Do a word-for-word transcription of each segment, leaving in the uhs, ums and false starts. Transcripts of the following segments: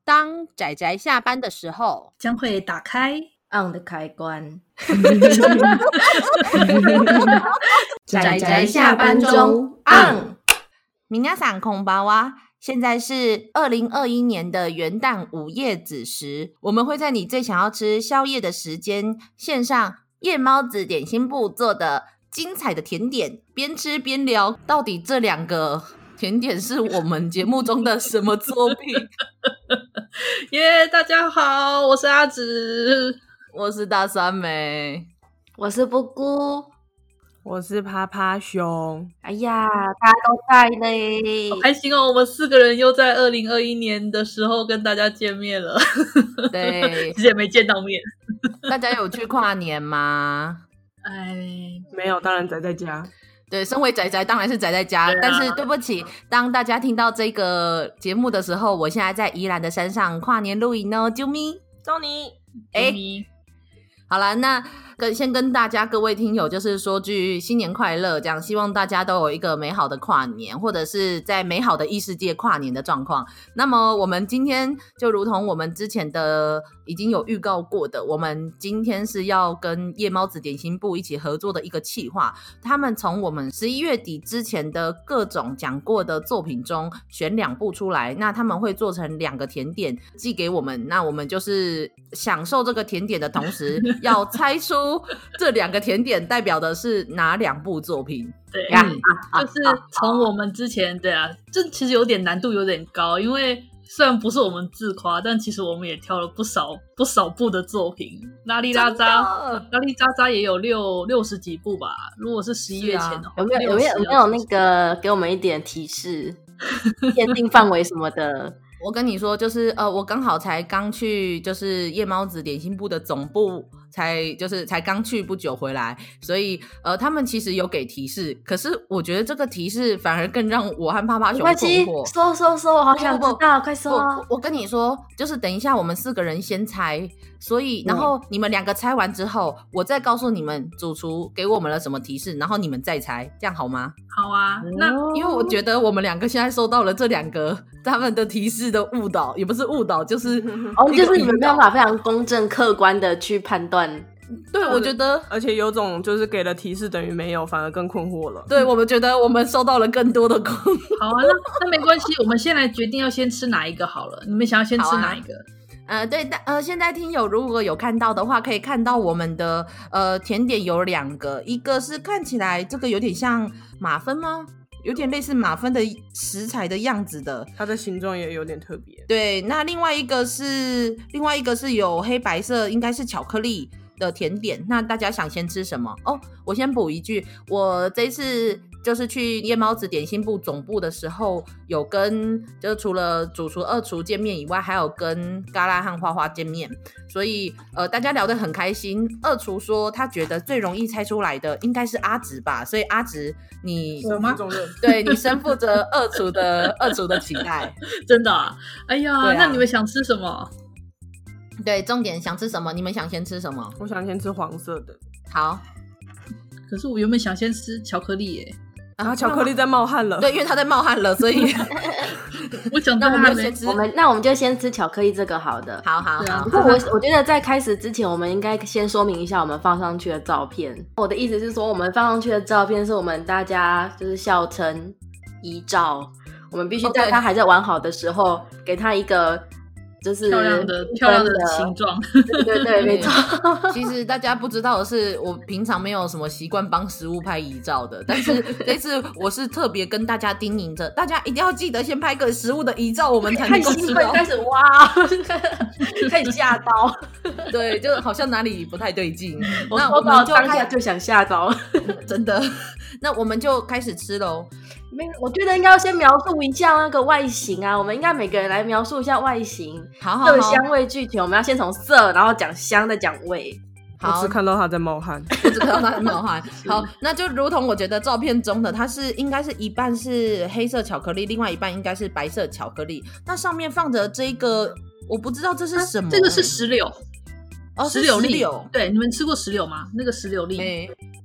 当宅宅下班的时候， 将会打开 on 的开关。 宅宅下班中 on。皆さんこんばんは。现在是二零二一年的元旦午夜子时，我们会在你最想要吃宵夜的时间，献上夜猫子点心部做的精彩的甜点，边吃边聊，到底这两个甜点是我们节目中的什么作品？ 耶、yeah, 大家好，我是阿紫， 我是大酸梅， 我是布姑， 我是趴趴熊。 哎呀，大家都在嘞， 好开心哦！我们四个人又在二零二一年的时候跟大家见面了。 对， 之前没见到面。 大家有去跨年吗？ 哎， 没有，当然宅在家。 对，身为宅宅当然是宅在家、啊、但是对不起，当大家听到这个节目的时候，我现在在宜兰的山上跨年露营哦，啾咪招你哎，好啦，那跟先跟大家各位听友就是说句新年快乐，这样希望大家都有一个美好的跨年，或者是在美好的异世界跨年的状况。那么我们今天就如同我们之前的已经有预告过的，我们今天是要跟夜猫子点心部一起合作的一个企划，他们从我们十一月底之前的各种讲过的作品中选两部出来，那他们会做成两个甜点寄给我们，那我们就是享受这个甜点的同时要猜出这两个甜点代表的是哪两部作品。 对呀、嗯，就是从我们之前对啊，这其实有点难度有点高，因为虽然不是我们自夸，但其实我们也挑了不少不少部的作品，拉里拉扎拉里扎扎也有六六十几部吧。如果是十一月前的话， 有没有有没有有没有那个给我们一点提示，限定范围什么的？ 我跟你说，就是呃，我刚好才刚去，就是夜猫子点心部的总部，才就是才刚去不久回来，所以呃，他们其实有给提示，可是我觉得这个提示反而更让我和趴趴熊困惑。 说说说，我好想知道，快说、啊我！我跟你说，就是等一下我们四个人先猜，所以然后你们两个猜完之后，我再告诉你们主厨给我们了什么提示，然后你们再猜，这样好吗？ 好啊，那因为我觉得我们两个现在收到了这两个他们的提示的误导，也不是误导，就是哦，就是你们没有办法非常公正客观的去判断。 对，我觉得， 而且有种就是给了提示等于没有，反而更困惑了。 对，我们觉得我们收到了更多的困惑。 好啊，那那没关系，我们先来决定要先吃哪一个好了。你们想要先吃哪一个？ 呃，对，呃，现在听友如果有看到的话，可以看到我们的呃甜点有两个，一个是看起来这个有点像马芬吗？有点类似马芬的食材的样子的， 它的形状也有点特别。 对，那另外一个是另外一个是有黑白色，应该是巧克力的甜点。那大家想先吃什么？哦，我先补一句，我这次就是去夜猫子点心部总部的时候，有跟就除了主厨二厨见面以外，还有跟嘎啦和花花见面，所以呃大家聊得很开心。二厨说他觉得最容易猜出来的应该是阿直吧，所以阿直你我吗？ 对，你身负着二厨的二厨的期待。 真的啊？哎呀、 啊， 那你们想吃什么？ 对，重点想吃什么？你们想先吃什么？ 我想先吃黄色的。 好， 可是我原本想先吃巧克力耶。 啊，巧克力在冒汗了。 对，因为它在冒汗了，所以我想那我们就先吃。 我们那我们就先吃巧克力这个好的。 好好好。 不过我我觉得在开始之前，我们应该先说明一下我们放上去的照片。我的意思是说，我们放上去的照片是我们大家就是笑称遗照，我们必须在它还在完好的时候，给它一个。就是漂亮的漂亮的形状， 对对对，没错。 其实大家不知道的是，我平常没有什么习惯帮食物拍遗照的，但是这次我是特别跟大家叮咛着，大家一定要记得先拍个食物的遗照，我们才能够吃到。 开始哇，开始吓到， 对，就好像哪里不太对劲。 我那我们就当下就想吓到， 真的。那我们就开始吃喽。 没，我觉得应该要先描述一下那个外形啊，我们应该每个人来描述一下外形。 好好好， 色香味俱全，我们要先从色，然后讲香，再讲味。 好，我只看到他在冒汗， 我只看到他在冒汗。好，那就如同我觉得照片中的，它是应该是一半是黑色巧克力，另外一半应该是白色巧克力。那上面放着这个，我不知道这是什么、欸啊。 这个是石榴。 哦， 石榴粒。 石榴。 对，你们吃过石榴吗？那个石榴粒。 欸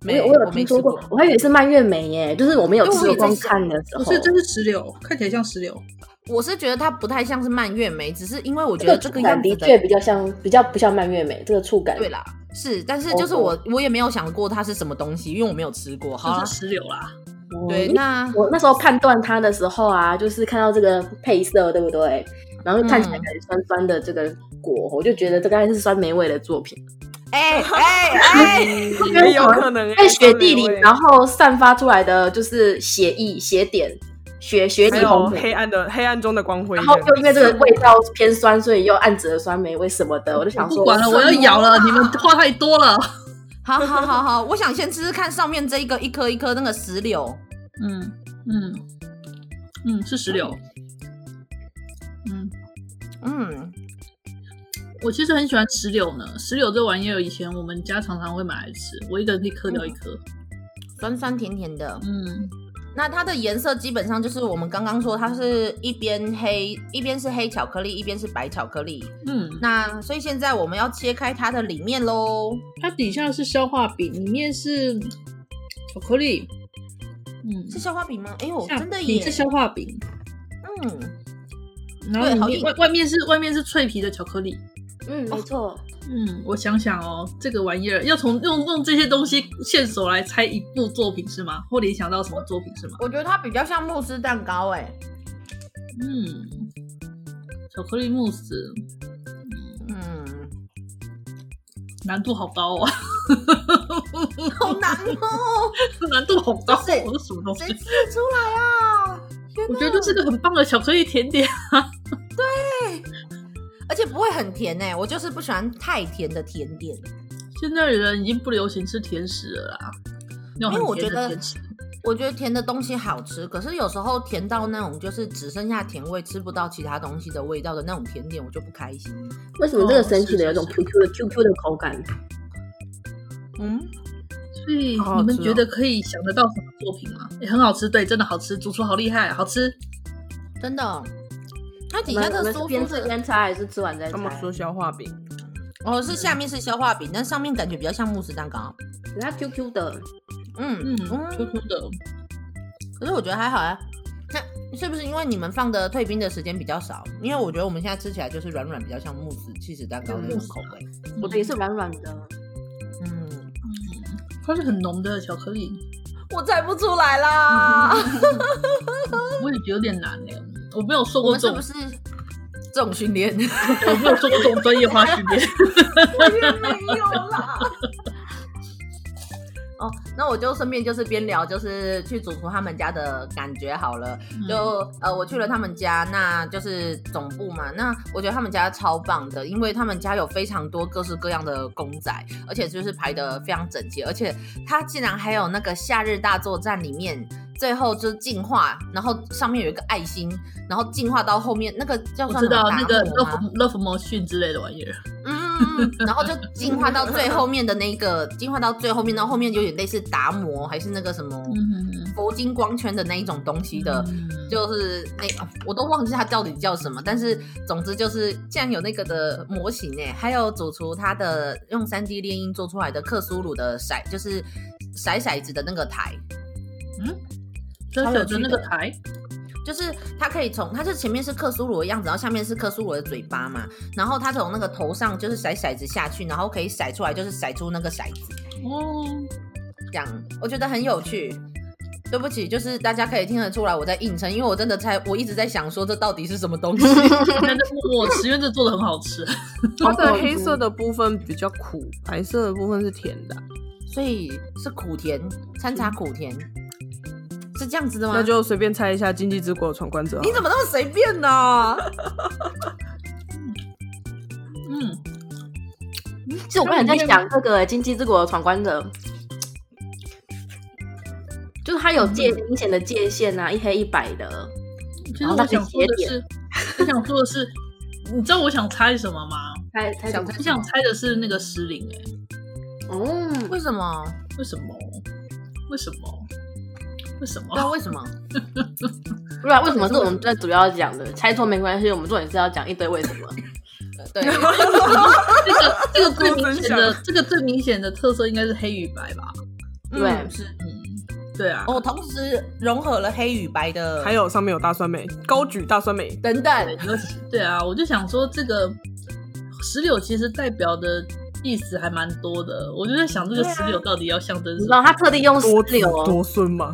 没我有我没吃听说过，我还以为是蔓越莓耶，就是我没有吃过，光看的时候。 不是，这是石榴，看起来像石榴。 我是觉得它不太像是蔓越莓，只是因为我觉得这个样子的确比较像，比较不像蔓越莓这个触感。 对啦，是，但是就是我、oh, 我也没有想过它是什么东西，因为我没有吃过。好就是石榴啦。 对，那我那时候判断它的时候啊，就是看到这个配色，对不对？然后看起来感觉酸酸的这个果，嗯、我就觉得这该是酸梅味的作品。 哎哎哎， 也有可能在雪地里，然后散发出来的就是血液、血点。雪雪里红黑暗的黑暗中的光辉， 然后又因为这个味道偏酸，所以又暗指了酸梅味什么的，我就想说， 不管了，我要咬了，你们话太多了。 好好好好，我想先吃吃看上面这一个一颗一颗那个石榴， 嗯嗯嗯，是石榴，嗯嗯，我其实很喜欢石榴呢。石榴这玩意儿，以前我们家常常会买来吃，我一个人可以嗑掉一颗， 嗯、酸酸甜甜的， 嗯。 那它的颜色基本上就是我们刚刚说，它是一边黑，一边是黑巧克力，一边是白巧克力。嗯，那所以现在我们要切开它的里面咯。 它底下是消化饼，里面是巧克力。 嗯，是消化饼吗？哎呦，真的耶！ 是消化饼。 嗯， 然后里面外外面是外面是脆皮的巧克力。 嗯，没错。 嗯，我想想哦，这个玩意儿要从用用这些东西线索来猜一部作品是吗？或联想到什么作品是吗？ 我觉得它比较像慕斯蛋糕哎。 嗯，巧克力慕斯， 嗯， 难度好高哦， 好难哦， 难度好高，这是什么东西？ 谁吃得出来啊？ 我觉得这是个很棒的巧克力甜点啊。 对。而且不会很甜欸，我就是不喜欢太甜的甜点。 现在人已经不流行吃甜食了啦， 因为我觉得，我觉得甜的东西好吃，可是有时候甜到那种就是只剩下甜味，吃不到其他东西的味道的那种甜点，我就不开心。 为什么这个神奇的有一种 Q Q 的 Q Q 的口感？ 嗯，所以你们觉得可以想得到什么作品吗？也很好吃，对，真的好吃，主厨好厉害，好吃， 真的。它底下的酥边吃边猜还是吃完再猜？ 他们说消化饼， 哦，是下面是消化饼，但上面感觉比较像慕斯蛋糕， 它 Q Q 的， 嗯嗯 ，Q Q 的。 可是我觉得还好啊，那是不是因为你们放的退冰的时间比较少？因为我觉得我们现在吃起来就是软软，比较像慕斯起司蛋糕那种口味。 我的也是软软的， 嗯， 它是很浓的巧克力， 我猜不出来啦。 我也觉得有点难耶。我没有受过这种， 我们是不是这种训练？ 我没有受过这种专业化训练， 我也没有啦。哦，那我就顺便就是边聊，就是去主厨他们家的感觉好了。嗯、就呃，我去了他们家，那就是总部嘛。那我觉得他们家超棒的，因为他们家有非常多各式各样的公仔，而且就是排得非常整齐，而且它竟然还有那个夏日大作战里面。最后就是进化，然后上面有一个爱心，然后进化到后面那个叫什么？ 我知道那个 Love Love Machine 之类的玩意儿。 嗯，然后就进化到最后面的那个，进化到最后面，然后后面有点类似达摩还是那个什么佛金光圈的那一种东西的，嗯、就是那我都忘记它到底叫什么，但是总之就是竟然有那个的模型哎，还有主厨他的用 三 D 列印做出来的克苏鲁的骰，就是骰骰子的那个台， 嗯。真的的那个台， 就是它可以从它就前面是克苏鲁的样子，然后下面是克苏鲁的嘴巴嘛，然后它从那个头上就是骰骰子下去，然后可以骰出来，就是骰出那个骰子哦，这样我觉得很有趣。对不起，就是大家可以听得出来我在硬撑，因为我真的猜，我一直在想说这到底是什么东西。 但是我吃，因为这做的很好吃。 它的黑色的部分比较苦，白色的部分是甜的， 所以是苦甜掺杂苦甜。是这样子的吗？ 那就随便猜一下经济之国的闯关者。 你怎么那么随便呢、啊？ 嗯，其实我刚才在想这个经济之国的闯关者，就是它有界明显的界限啊，一黑一白的。 其实我想说的是，我想说的是，你知道我想猜什么吗？ 猜猜想我想猜的是那个失灵哎、 欸。哦， 为什么？ 为什么？为什么？为什么？ 对啊，为什么？ 不然为什么是我们最主要讲的？猜错没关系，我们重点是要讲一堆为什么。 对， 这个这个最明显的这个最明显的特色应该是黑与白吧？ 对， 嗯、是， 嗯，对啊。 哦，同时融合了黑与白的， 还有上面有大酸梅，高举大酸梅等等。 对, 对啊，我就想说这个石榴其实代表的意思还蛮多的，我就在想这个石榴到底要象征什么？ 你知道他特地用石榴多子多孙嘛？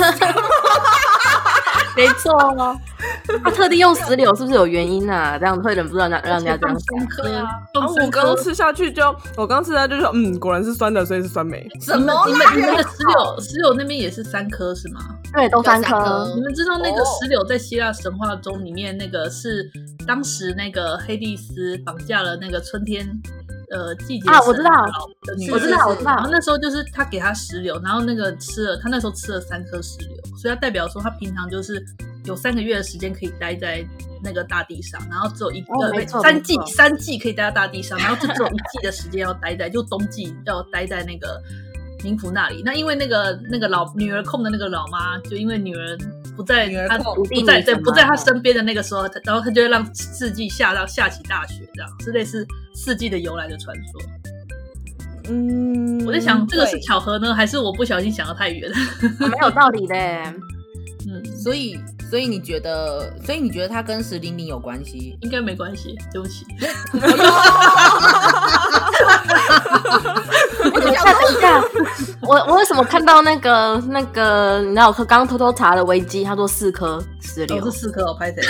没错哦，他特地用石榴是不是有原因啊？这样会忍不住让让人家这样想。 颗啊！ 啊我刚刚吃下去就，我刚吃下去就说，嗯，果然是酸的，所以是酸梅。 什么？ 你们你们的石榴石榴那边也是三颗是吗？ 对，都三颗。 你们知道那个石榴在希腊神话中里面那个是当时那个黑帝斯绑架了那个春天。呃，季节啊，我知道， 我知道，我知道。 然后那时候就是他给他石榴，然后那个吃了，他那时候吃了三颗石榴，所以他代表说他平常就是有三个月的时间可以待在那个大地上，然后只有一个、 哦、 三季三季可以待在大地上，然后就只有一季的时间要待在，就冬季要待在那个冥府那里。那因为那个那个老女儿控的那个老妈，就因为女儿不在他不在对不在他身边的那个时候，然后他就会让四季下到下起大雪，这样是类似四季的由来的传说。 嗯， 我在想这个是巧合呢，还是我不小心想得太远？ 蛮有道理的。 嗯，所以所以你觉得，所以你觉得它跟石玲玲有关系？ 应该没关系，对不起。 等一下，等一下，我我为什么看到那个那个？你知道，我刚刚偷偷查了维基，他说四颗石榴， 哦、是四颗，我拍谁？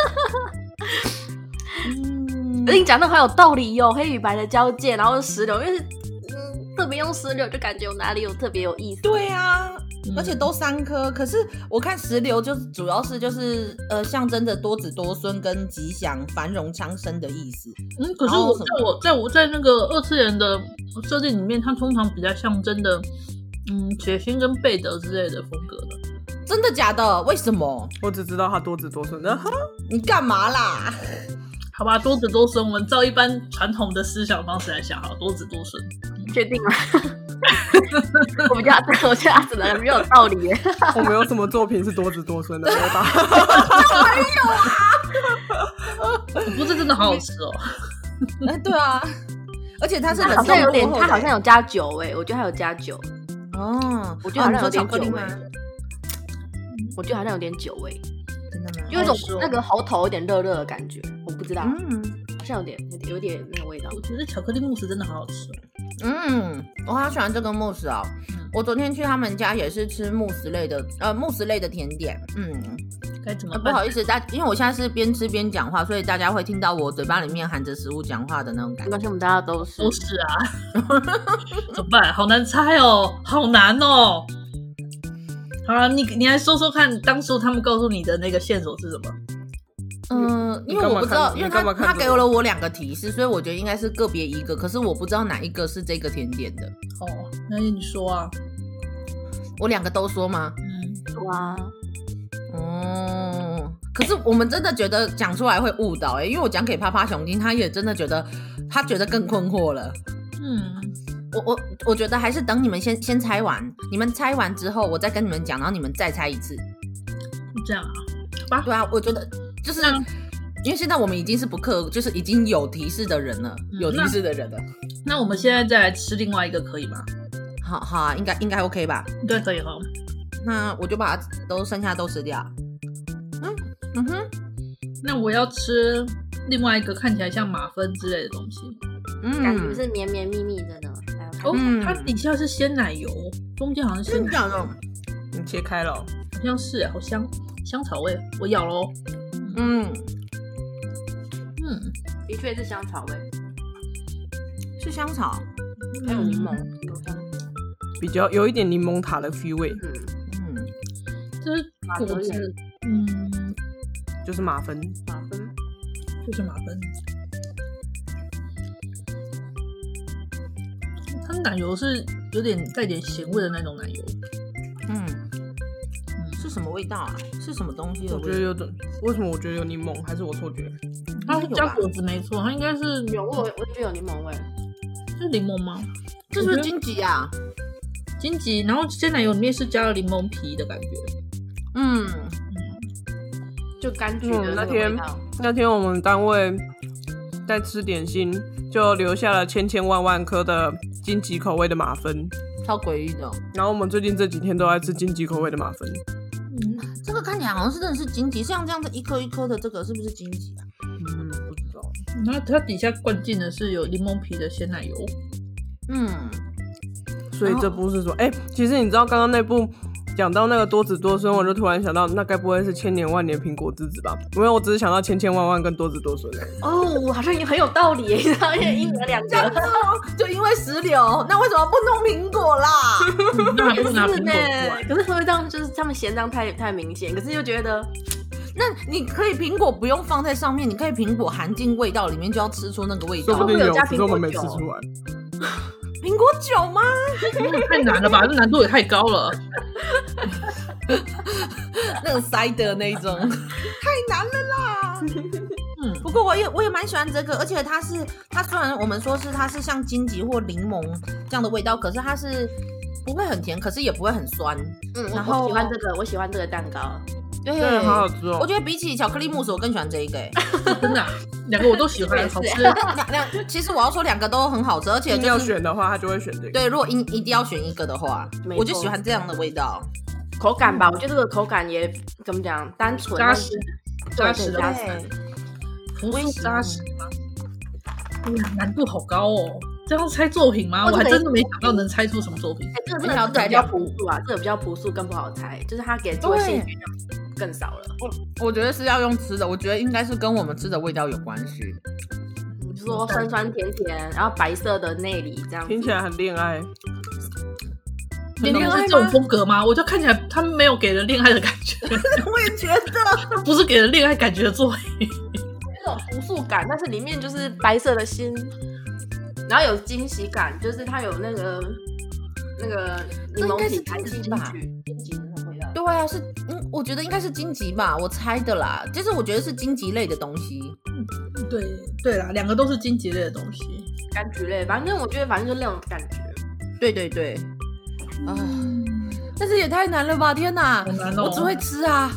嗯，跟你讲的很有道理哟、哦，黑与白的交界，然后石榴，因为嗯特别用石榴，就感觉有哪里有特别有意思。 对啊。而且都三颗，可是我看石榴就主要是就是呃象征着多子多孙跟吉祥繁荣昌盛的意思。 嗯，可是我在我在我在那个二次元的设定里面，它通常比较象征的嗯血腥跟贝德之类的风格的。 真的假的？为什么？ 我只知道它多子多孙的。 你干嘛啦？ 好吧，多子多孙，我们照一般传统的思想方式来想，好，多子多孙， 确定吗？我们家我觉得阿紫的人没有道理耶。 我没有什么作品是多子多孙的，没有吧？ 没有啊！ 不是真的好好吃哦。 哎，对啊，而且它是好像有点，它好像有加酒哎，我觉得它有加酒。 哦， 我觉得好像有点酒味。 吗？ 我觉得好像有点酒味。 真的吗？ 就有一种那个喉头有点热热的感觉，我不知道， 嗯， 好像有点有点那个味道。 我觉得巧克力慕斯真的好好吃哦。 嗯，我好喜欢这个慕斯哦。嗯、我昨天去他们家也是吃慕斯类的，呃，慕斯类的甜点。嗯， 该怎么办？ 呃、不好意思，大，因为我现在是边吃边讲话，所以大家会听到我嘴巴里面含着食物讲话的那种感觉。 没关系，我们大家都是都是啊。怎么办？好难猜哦，好难哦。好了，你你来说说看，当初他们告诉你的那个线索是什么？ 嗯，因为我不知道，因为他他给了我两个提示，所以我觉得应该是个别一个，可是我不知道哪一个是这个甜点的。 哦，那你说啊， 我两个都说吗？ 嗯，说啊。 哦，可是我们真的觉得讲出来会误导哎、欸，因为我讲给趴趴熊听，他也真的觉得他觉得更困惑了。 嗯， 我我我觉得还是等你们先先猜完，你们猜完之后，我再跟你们讲，然后你们再猜一次。 这样啊？好吧。 对啊，我觉得。就是因为现在我们已经是不刻，就是已经有提示的人了，嗯、有提示的人了。 那, 那我们现在再来吃另外一个可以吗？ 好好啊，应该应该 OK 吧？ 对，可以哈。 那我就把它都剩下都吃掉。嗯嗯哼。 那我要吃另外一个看起来像马芬之类的东西， 嗯，感觉是绵绵密密的呢。 哦，嗯、它底下是鲜奶油，中间好像是鲜奶油。 你切开了、哦， 好像是哎，好香，香草味。我咬咯。 嗯嗯，的确是香草味， 是香草， 还有柠檬， 有香， 比较有一点柠檬塔的 feel 味。 嗯嗯，这是果汁，嗯， 就是马芬， 马芬， 就是马芬。它奶油是有点带点咸味的那种奶油。 嗯。是什么味道啊？是什么东西的味道？ 我觉得有种，为什么我觉得有柠檬？还是我错觉？ 它加果子没错，它应该是有，我我觉得有柠檬味。 是柠檬吗？ 这是不是荆棘啊？ 荆棘，然后鲜奶油里面是加了柠檬皮的感觉。 嗯， 就柑橘的、 嗯、那天那天我们单位在吃点心，就留下了千千万万颗的荆棘口味的马芬。 超诡异的。 然后我们最近这几天都在吃荆棘口味的马芬。 嗯，这个看起来好像是真的是荆棘，像这样子一颗一颗的，这个是不是荆棘啊？ 嗯，不知道。 那它底下灌进的是有柠檬皮的鲜奶油。 嗯， 所以这部是说，哎、欸，其实你知道刚刚那部讲到那个多子多孙，我就突然想到，那该不会是千年万年苹果之子吧？因为我只是想到千千万万跟多子多孙。 哦，好像也很有道理耶，你知道，因为一年两个， 就因为石榴，那为什么不弄苹果啦？ 那还不拿苹果出呢来？ 可是会不会这样？就是他们嫌这样太太明显，可是又觉得， 那你可以苹果不用放在上面，你可以苹果含进味道里面，就要吃出那个味道。 说不定有， 加只是我们没吃出来。 苹果酒吗？ 太难了吧，这难度也太高了。 那种塞的那一种，太难了啦。嗯，不过我也我也蛮喜欢这个，而且它是它虽然我们说是它是像荆棘或柠檬这样的味道，可是它是不会很甜，可是也不会很酸。 嗯， 然后我喜欢这个，我喜欢这个蛋糕。 对， 对，好好吃哦。 我觉得比起巧克力慕斯，我更喜欢这一个、欸。 真的、啊，两个我都喜欢，好吃。 两两，其实我要说两个都很好吃，而且、就是、 要选的话，他就会选这个。 对，如果一一定要选一个的话，我就喜欢这样的味道。 口感吧，我觉得这个口感也怎么讲，单纯扎实，扎实扎实， 朴素扎实吗？哎呀，难度好高哦！这样猜作品吗？我还真的没想到能猜出什么作品。 哎、欸，这个真的比较朴素啊，这个比较朴素，更不好猜。就是他给做兴趣更少了。 我我觉得是要用吃的，我觉得应该是跟我们吃的味道有关系。 你说酸酸甜甜，然后白色的内里这样子， 听起来很恋爱。 恋爱是这种风格吗？我就看起来他们没有给人恋爱的感觉。 我也觉得不是给人恋爱感觉的作品。 那种朴素感，但是里面就是白色的心，然后有惊喜感，就是它有那个那个柠檬皮含进去，荆棘的味道。 对啊，是嗯，我觉得应该是荆棘吧，我猜的啦。就是我觉得是荆棘类的东西。 嗯，对对啦，两个都是荆棘类的东西， 柑橘类，反正我觉得反正就是那种感觉。 对对对。啊、嗯！但是也太难了吧！天哪， 好难哦！ 我只会吃啊，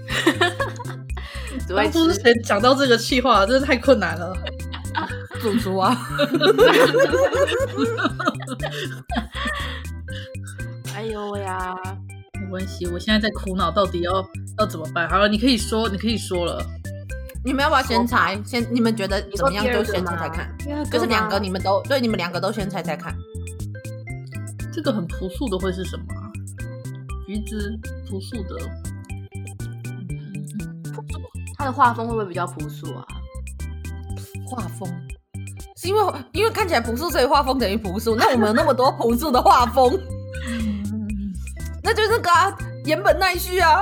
只会吃。 当初是谁讲到这个企划，真的太困难了。 主厨啊！ 哎呦呀， 没关系，我现在在苦恼到底要要怎么办。好了，你可以说，你可以说了。 你们要不要先猜？先，你们觉得怎么样？就先猜猜看。就是两个，你们都对，你们两个都先猜猜看。 这个很朴素的会是什么、啊？橘子朴素的， 它的画风会不会比较朴素啊？ 画风是因为因为看起来朴素，所以画风等于朴素。那我们有那么多朴素的画风，那就是那个啊，岩本奈绪啊。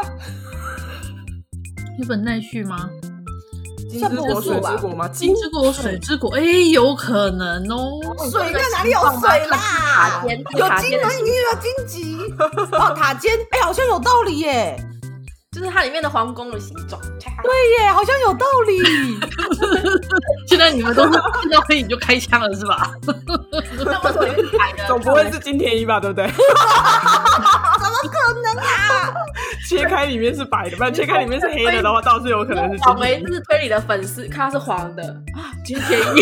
岩本奈绪吗？ 金之国水之果吗？ 金之国水之果，哎、欸，有可能哦。 水在哪里有水啦？塔尖有金门，也有荆棘。哦，塔尖，哎、欸，好像有道理耶。 就是它里面的皇宫的形状。 对耶，好像有道理。 现在你们都是看到黑影就开枪了是吧？ 那为什么是白的？ 总不会是金田一吧，对不对？ 怎么可能啊？ 切开里面是白的，不然切开里面是黑的的话，倒是有可能是金田一。 我们是推理的粉丝，看它是黄的啊，金田一。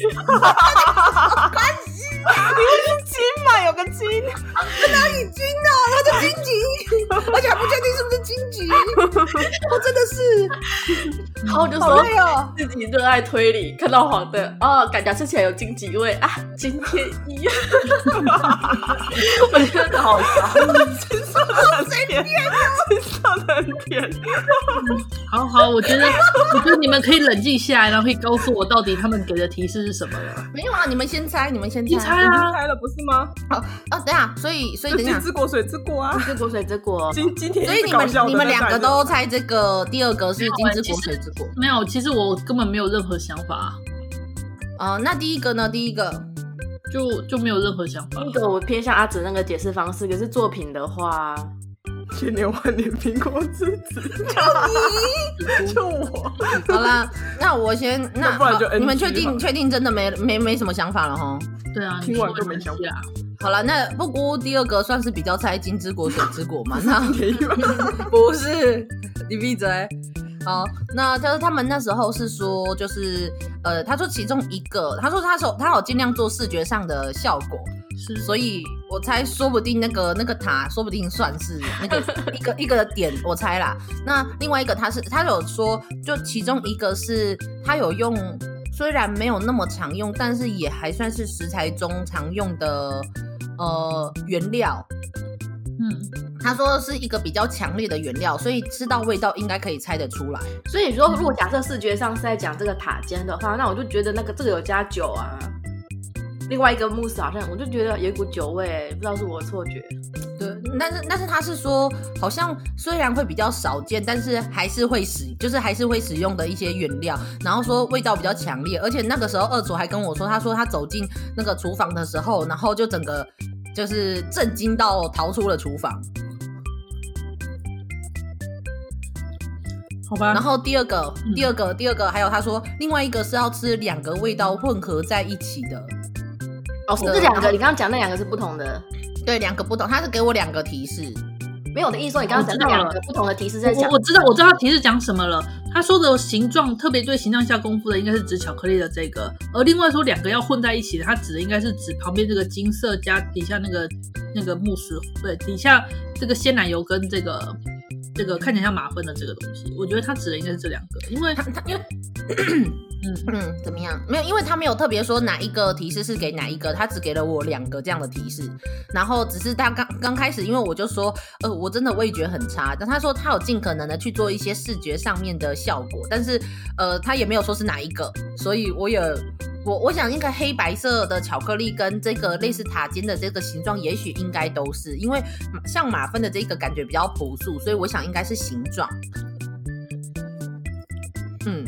关系啊，因为是金嘛，有个金，在哪里金啊？它是荆棘，而且还不确定是不是荆棘。我真的是， 然后就说自己热爱推理，看到黄的哦，感觉吃起来有荆棘味啊，金田一。我觉得好笑， 吃色的很甜，吃色的很甜。 好好，我觉得，我觉得你们可以冷静下来，然后可以告诉我到底他们给的提示是什么了。 没有啊，你们先猜，你们先猜， 你猜啊， 猜了不是吗？ 好，哦，等一下，所以所以等一下， 金之国水之果啊， 金之国水之果， 今今天所以你们你们两个都猜这个，第二个是金之国水之果。 没有，其实我根本没有任何想法。 哦、呃，那第一个呢？第一个就就没有任何想法。 第一个我偏向阿紫那个解释方式，可是作品的话， 千年万年苹果之子， 就你，就我。 好啦，那我先，那, 那不然就 N G 你们确定确定真的没没没什么想法了哈？ 对啊， 听完就没想法。 好了，那不过第二个算是比较猜金之国水之果嘛？那不是，你闭嘴。好，那就是他们那时候是说，就是呃，他说其中一个，他说他说他有尽量做视觉上的效果， 所以我猜说不定那个那个塔说不定算是那个一个一个点，我猜啦。那另外一个他是他有说，就其中一个是他有用，虽然没有那么常用，但是也还算是食材中常用的呃原料。嗯，他说是一个比较强烈的原料，所以吃到味道应该可以猜得出来。 所以说，如果假设视觉上是在讲这个塔尖的话，那我就觉得那个这个有加酒啊。另外一个慕斯好像我就觉得有一股酒味，不知道是我的错觉。 对，但是但是他是说，好像虽然会比较少见，但是还是会使，就是还是会使用的一些原料，然后说味道比较强烈，而且那个时候二厨还跟我说，他说他走进那个厨房的时候，然后就整个就是震惊到逃出了厨房。 好吧。 然后第二个， 嗯、 第二个，第二个还有他说，另外一个是要吃两个味道混合在一起的。 哦，这两个，你刚刚讲那两个是不同的。 对，两个不同，他是给我两个提示。 没有的意思说，你刚刚讲那两个不同的提示在讲。 我我知道，我知道他提示讲什么了。他说的形状特别对形状下功夫的，应该是指巧克力的这个，而另外说两个要混在一起的，他指的应该是指旁边这个金色加底下那个那个慕斯，对，底下这个鲜奶油跟这个这个看起来像马芬的这个东西。我觉得他指的应该是这两个，因为他他因为。 嗯嗯，怎么样？没有，因为他没有特别说哪一个提示是给哪一个，他只给了我两个这样的提示。然后只是他刚刚开始，因为我就说，呃，我真的味觉很差。但他说他有尽可能的去做一些视觉上面的效果，但是呃，他也没有说是哪一个，所以我也我我想应该黑白色的巧克力跟这个类似塔尖的这个形状，也许应该都是，因为像马芬的这个感觉比较朴素，所以我想应该是形状。嗯。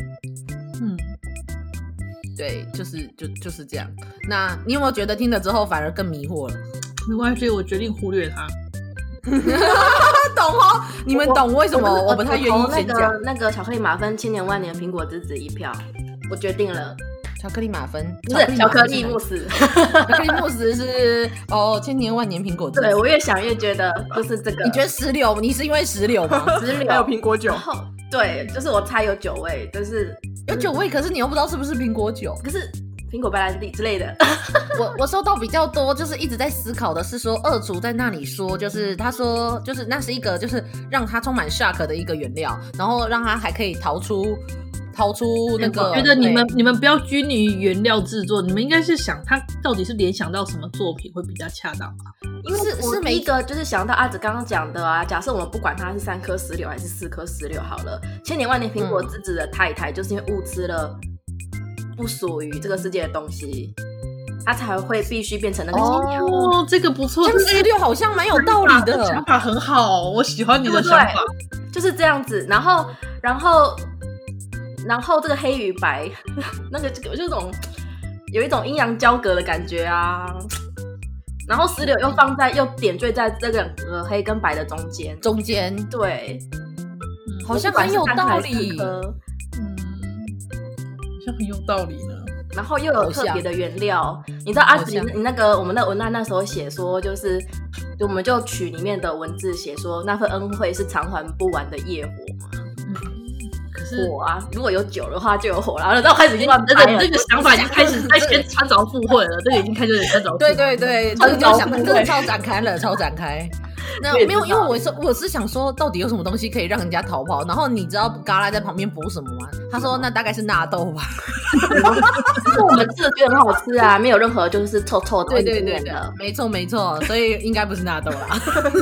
对，就是就就是这样。那你有没有觉得听了之后反而更迷惑了？ 没关系，我决定忽略它。 懂哦，你们懂为什么 我, 我, 我不太愿意先讲、 那个、那个巧克力马芬千年万年苹果之子一票，我决定了。 巧克力马芬不是巧克力慕斯， 巧克力慕斯是哦千年万年苹果之子。 对，我越想越觉得就是这个。 你觉得石榴？你是因为石榴吗？ 石榴还有苹果酒。 对，就是我猜有酒味，就是有酒味，可是你又不知道是不是苹果酒， 可是苹果白兰地之类的。 我我收到比较多，就是一直在思考的是说，二厨在那里说，就是他说，就是那是一个就是让他充满 shock 的一个原料，然后让他还可以逃出逃出那个。 我觉得你们你们不要拘泥于原料制作，你们应该是想他到底是联想到什么作品会比较恰当吧？ 因为是每一个就是想到阿紫刚刚讲的啊，假设我们不管它是三颗石榴还是四颗石榴好了，千年万年苹果之子的太太就是因为误吃了不属于这个世界的东西，它才会必须变成那个新娘。 哦，这个不错， 这个石榴好像蛮有道理的， 想法很好，我喜欢你的想法， 对，就是这样子。然后，然后，然后这个黑与白，那个就这种有一种阴阳交隔的感觉啊。然后石榴又放在又点缀在这个呃黑跟白的中间， 中间对、 嗯，好像很有道理， 嗯，好像很有道理呢。 然后又有特别的原料，你知道阿紫，你那个我们的文案那时候写说，就是我们就取里面的文字写说，那份恩惠是偿还不完的业火嘛。火啊！如果有酒的话，就有火，然后到开始乱拍了。这个想法已经开始在先穿凿附会了，这个已经开始有点穿凿附会。 对对对，这个就想，这个超展开了，超展开。那没有，因为我是我是想说，到底有什么东西可以让人家逃跑？然后你知道嘎拉在旁边补什么吗？他说那大概是纳豆吧。 是我们吃的觉得很好吃啊，没有任何就是臭臭的。 对对对对，没错没错，所以应该不是纳豆啦。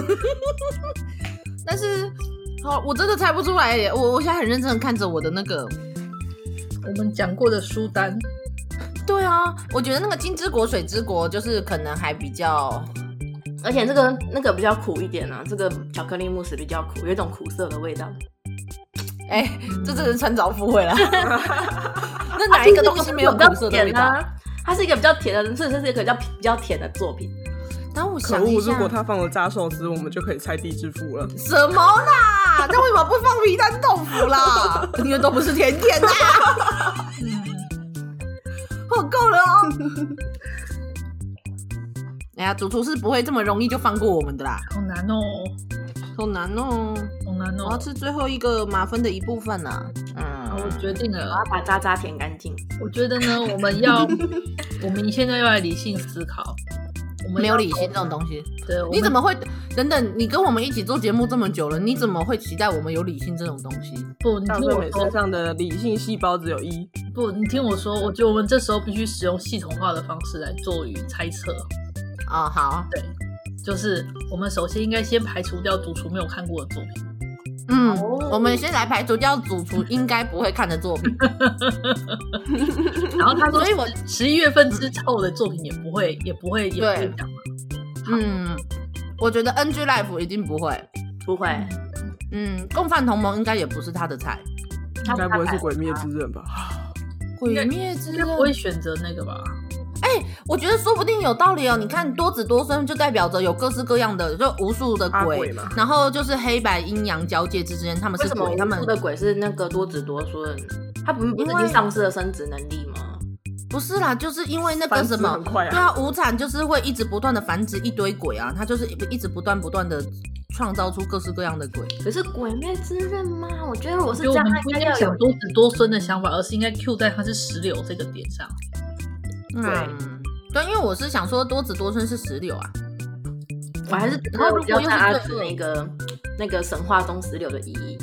但是。好，我真的猜不出来耶！我我现在很认真的看着我的那个我们讲过的书单。 对啊，我觉得那个金之国、水之国就是可能还比较， 而且这个那个比较苦一点啊，这个巧克力慕斯比较苦，有一种苦涩的味道。 哎、欸，这真是穿凿附会了。那哪一个东西没有苦涩的味道？ 啊、它是一个比较甜的，甚至是一个比较比较甜的作品。 然后我想一下， 可恶！如果他放了炸寿司，我们就可以猜地之父了。 什么啦？那为什么不放皮蛋豆腐啦？因为都不是甜点啊。我够了哦。哎呀，主厨是不会这么容易就放过我们的啦。 好难哦， 好难哦， 好难哦！ 我要吃最后一个马芬的一部分啊。嗯， 我决定了， 我要把渣渣舔干净。 我觉得呢，我们要，我们现在要来理性思考。 们没有理性这种东西。 对， 你怎么会等等？你跟我们一起做节目这么久了，你怎么会期待我们有理性这种东西？ 不，你听我说， 身上的理性细胞只有一。 不，你听我说，我觉得我们这时候必须使用系统化的方式来做与猜测。 啊、哦，好， 对，就是我们首先应该先排除掉主厨没有看过的作品。 嗯，哦、我们先来排除掉主厨应该不会看的作品。 然后他说， 所以我十一月份之后的作品也不会，也不会，也不会讲嘛。 嗯，我觉得 N G Life 一定不会， 不会。 嗯，共犯同盟应该也不是他的菜， 应该不会是鬼灭之刃吧？ 鬼灭之刃应该不会选择那个吧？ 哎、欸，我觉得说不定有道理哦。你看多子多孙，就代表着有各式各样的，就无数的鬼， 鬼嘛然后就是黑白阴阳交界之间，他们是鬼，他们的鬼是那个多子多孙，他不是不是已经丧失了生殖能力吗？ 不是啦，就是因为那个什么， 很快啊、 对啊，无产就是会一直不断的繁殖一堆鬼啊，他就是一直不断不断的创造出各式各样的鬼。 可是鬼灭之刃吗？我觉得我是这样， 我们不应该想多子多孙的想法，而是应该 Q 在他是石榴这个点上。 对。嗯对，因为我是想说多子多孙是石榴啊， 我还是觉得比较看阿紫那个那个神话中石榴的意义。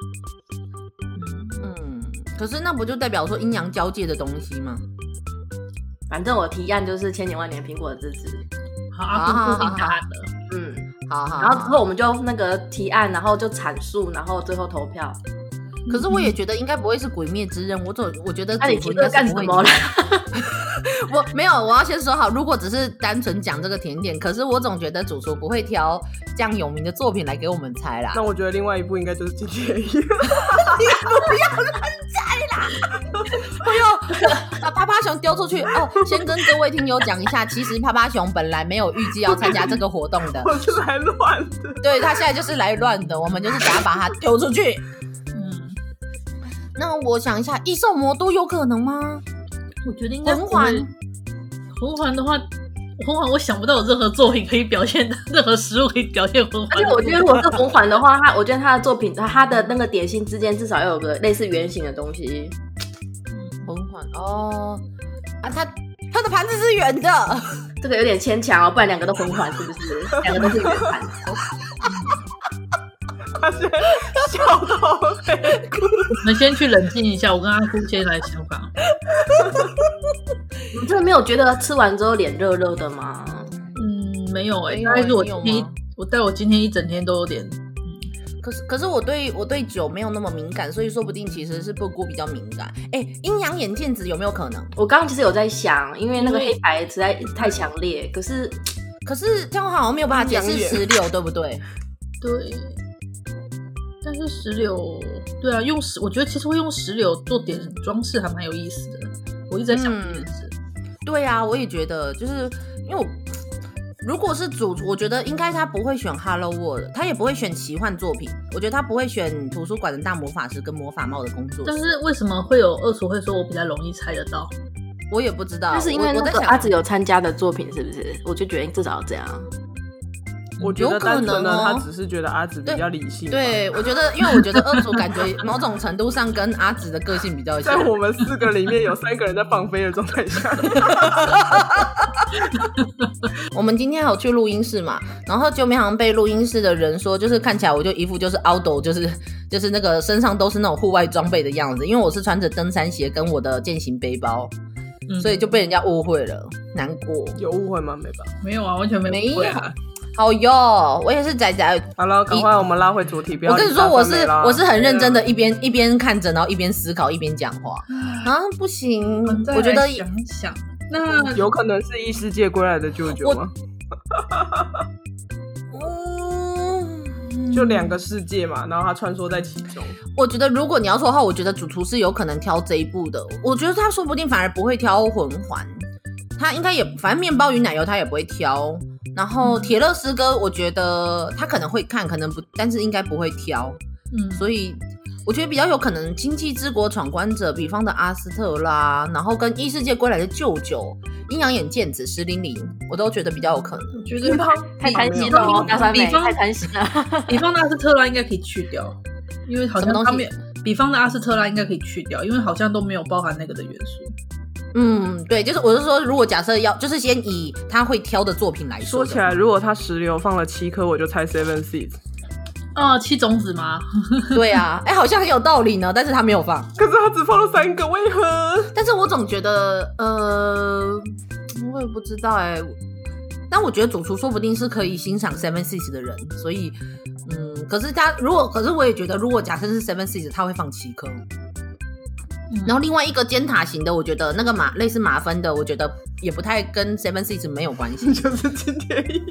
嗯，可是那不就代表说阴阳交界的东西吗？ 反正我提案就是千年万年苹果的日子。 好，阿公固定答案了。 嗯， 好好。 然后之后我们就那个提案，然后就阐述，然后最后投票。 可是我也觉得应该不会是鬼灭之刃，我总我觉得那、啊、你提这干什么了？ 我没有，我要先说好，如果只是单纯讲这个甜点，可是我总觉得主厨不会挑这样有名的作品来给我们猜啦。 那我觉得另外一部应该就是《金田一》。 你不要乱猜啦！哎呦，把趴趴熊丢出去哦！先跟各位听友讲一下，其实趴趴熊本来没有预计要参加这个活动的， 我是来乱的。 对，他现在就是来乱的，我们就是想要把他丢出去。那我想一下，异兽魔都有可能吗？ 我觉得应该魂环， 魂环的话，魂环我想不到有任何作品可以表现，任何食物可以表现魂环。 而且我觉得，如果是魂环的话，他我觉得他的作品，他的那个点心之间至少要有个类似圆形的东西。 魂环哦，啊，他他的盘子是圆的， 这个有点牵强哦，不然两个都魂环是不是？两个都是圆盘。 他现在笑到黑。 我们先去冷静一下，我跟阿姑先来想法。 你真的没有觉得吃完之后脸热热的吗？ 嗯，没有哎、欸，大概是我今天，我带我今天一整天都有点。 可是可是我对我对酒没有那么敏感，所以说不定其实是布谷比较敏感。哎、欸，阴阳眼镜子有没有可能？ 我刚刚其实有在想，因为那个黑白实在太强烈，可是可是这样好像没有办法解释石榴，对不对？ 对。但是石榴，对啊，用石，我觉得其实会用石榴做点装饰还蛮有意思的。我一直在想这件事。 嗯、对啊，我也觉得，就是因为我如果是主，我觉得应该他不会选 Hello World， 他也不会选奇幻作品。我觉得他不会选图书馆的大魔法师跟魔法帽的工作室。 但是为什么会有二厨会说我比较容易猜得到？ 我也不知道。 但是因为那个阿紫有参加的作品，是不是？我就觉得至少要这样。 我觉得单纯的他只是觉得阿紫比较理性。 对，我觉得，因为我觉得二厨感觉某种程度上跟阿紫的个性比较像。 在我们四个里面有三个人在放飞的状态下。 我们今天还有去录音室嘛，然后就没想被录音室的人说，就是看起来我就一副就是 outdoor， 就是就是那个身上都是那种户外装备的样子，因为我是穿着登山鞋跟我的健行背包。嗯、所以就被人家误会了，难过。 有误会吗？没吧？ 没有啊，完全没误会啊。 好哟，我也是仔仔。 好了，赶快我们拉回主题，不要。 我跟你说，我是我是很认真的，一边一边看着，然后一边思考，一边讲话。啊，不行，我觉得想想，那有可能是异世界归来的舅舅吗？就两个世界嘛，然后他穿梭在其中。 我觉得如果你要说的话，我觉得主厨是有可能挑这一部的。我觉得他说不定反而不会挑魂环，他应该也反正面包与奶油他也不会挑。然后铁勒斯哥，我觉得他可能会看，可能不，但是应该不会挑。嗯，所以我觉得比较有可能经济之国闯关者，比方的阿斯特拉，然后跟异世界归来的舅舅。阴阳眼剑子石玲玲，我都觉得比较有可能。 我觉得太贪心了，大三美太贪心了。 比方的阿斯特拉应该可以去掉，因为好像他们比方的阿斯特拉应该可以去掉，因为好像都没有包含那个的元素。 嗯，对，就是我是说，如果假设要，就是先以他会挑的作品来说。 说起来，如果他石榴放了七颗，我就猜 Seven Seeds。 哦，七种子吗？ 对啊，哎、欸，好像很有道理呢，但是他没有放。 可是他只放了三个，为何？ 但是我总觉得，呃，我也不知道哎、欸。但我觉得主厨说不定是可以欣赏 Seven Seeds 的人，所以，嗯，可是他如果，可是我也觉得，如果假设是 Seven Seeds， 他会放七颗。嗯、然后另外一个尖塔型的，我觉得那个马类似马芬的，我觉得也不太跟 Seven Seeds 没有关系。 就是金田一。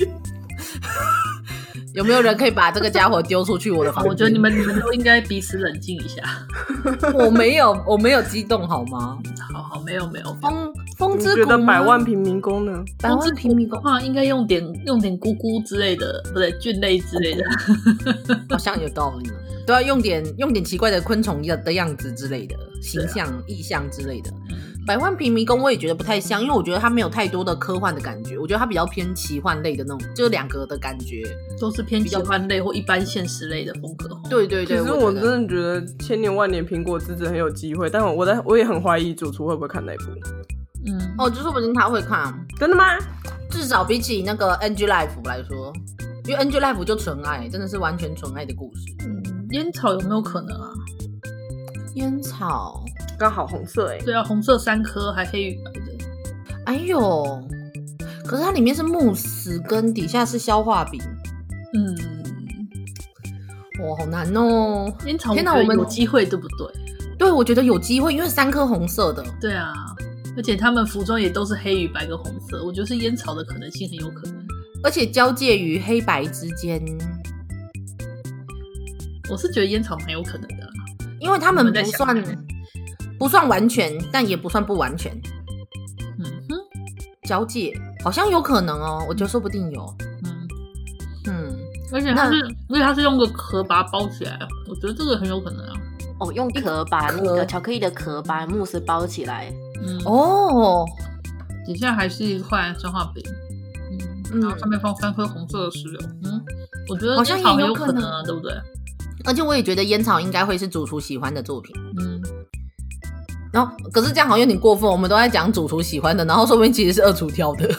有没有人可以把这个家伙丢出去我的房间？ 我觉得你们你们都应该彼此冷静一下。 我没有，我没有激动好吗？ 好好，没有没有。 风风之谷你觉得百万平民宫呢？ 百万平民宫的话，应该用点用点菇菇之类的，不对，菌类之类的， 好像有道理。都要用点用点奇怪的昆虫的样子之类的形象、啊、意象之类的。百万平民宫我也觉得不太像，因为我觉得它没有太多的科幻的感觉，我觉得它比较偏奇幻类的那种，就是两个的感觉都是偏奇幻类或一般现实类的风格。 对对对， 其实我真的觉得千年万年苹果之子很有机会，但我在我也很怀疑主厨会不会看那一部。 嗯， 哦，就说不定他会看。 真的吗？ 至少比起那个 N G Life 来说，因为 N G Life 就纯爱，真的是完全纯爱的故事。 嗯，烟草有没有可能啊？ 烟草刚好红色哎、欸， 对啊，红色三颗还黑与白的。 哎呦，可是它里面是慕斯，跟底下是消化饼。 嗯， 哇，好难哦！ 烟草，天哪，我们有机会对不对？ 对，我觉得有机会，因为三颗红色的。 对啊，而且他们服装也都是黑与白跟红色，我觉得是烟草的可能性很有可能， 而且交界于黑白之间。 我是觉得烟草蛮有可能的啦， 因为他们不算不算完全，但也不算不完全。 嗯哼， 交界好像有可能哦，我觉得说不定有。 嗯嗯， 而且它是，而且它是用个壳把它包起来，我觉得这个很有可能啊。 哦，用壳把那个巧克力的壳把慕斯包起来。 嗯哦， 底下还是一块消化饼，嗯，然后上面放三颗红色的石榴。嗯，我觉得好像烟草很有可能可能啊，对不对？ 而且我也觉得烟草应该会是主厨喜欢的作品。 嗯， 然后可是这样好像有点过分，我们都在讲主厨喜欢的，然后说不定其实是二厨挑的。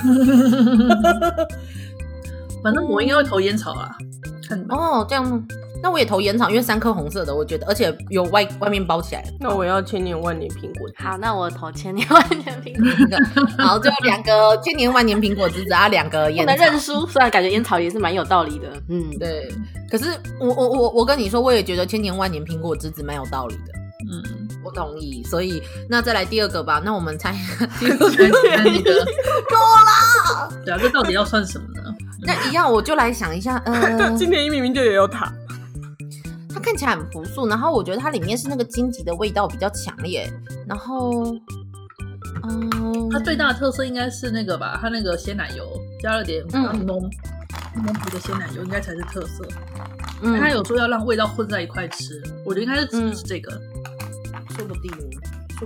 反正我应该会投烟草啦。看哦，这样，那我也投烟草，因为三颗红色的，我觉得，而且有外外面包起来。 那我要千年万年苹果。 好，那我投千年万年苹果。 好，就两个千年万年苹果之子啊，两个烟草。 不能认输，虽然感觉烟草也是蛮有道理的。嗯， 对。可是我我我我跟你说，我也觉得千年万年苹果之子蛮有道理的。 嗯， 我同意。所以那再来第二个吧。那我们猜第二个那个够啦。 对啊，这到底要算什么呢？ 那一样，我就来想一下。呃， 今天一明明就也有塔。 它看起来很朴素，然后我觉得它里面是那个荆棘的味道比较强烈，然后，嗯， 它最大的特色应该是那个吧，它那个鲜奶油加了点浓浓糊的鲜奶油，应该才是特色。嗯，它有说要让味道混在一块吃，我觉得应该是指的是这个， 嗯、说不定，说不